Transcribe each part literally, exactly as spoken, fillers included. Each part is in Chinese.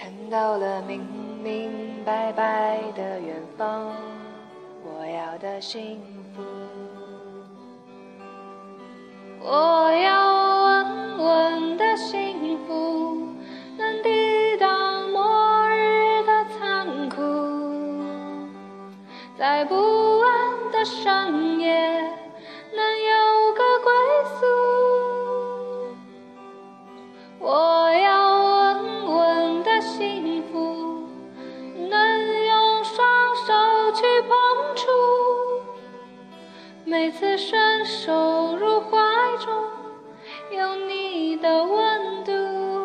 看到了明明白白的远方，我要的幸福。我要稳稳的幸福，能抵挡末日的残酷，在不安的深夜能有个归宿。我要稳稳的幸福，能用双手去碰触，每次伸手入怀中有你的温度。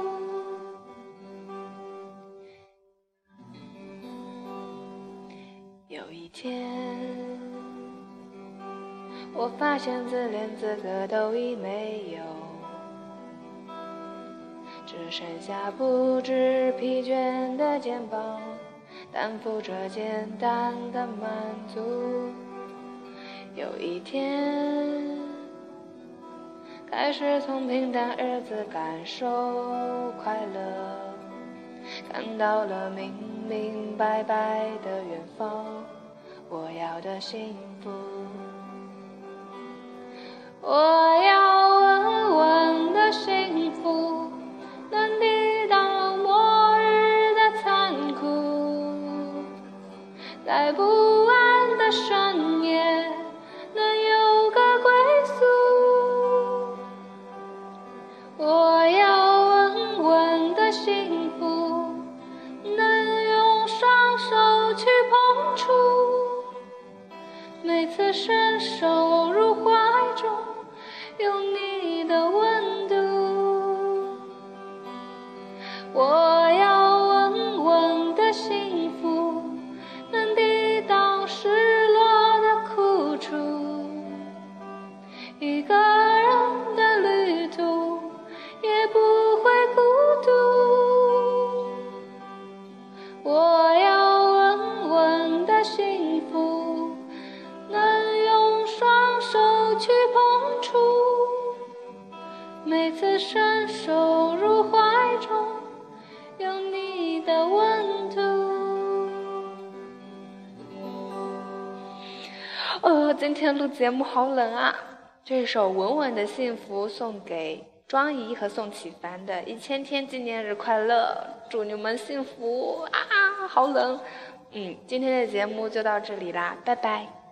有一天我发现自连资格都已没有，只剩下不知疲倦的肩膀，担负着简单的满足。有一天开始从平淡日子感受快乐，看到了明明白白的远方，我要的幸福。我要稳稳的幸福，能抵挡末日的残酷，在不安的深夜能有个归宿。我要稳稳的幸福，能用双手去碰触，每次伸手入怀中有你的温度。我要稳稳的幸福，能抵挡失落的苦楚，一个人的旅途也不会孤独。我要稳稳的幸福，能用双手去碰触，每次伸手入怀中有你的温度。呃，今天录节目好冷啊！这首《稳稳的幸福》送给庄怡和宋启凡的一千天纪念日快乐，祝你们幸福啊！好冷。嗯，今天的节目就到这里啦，拜拜。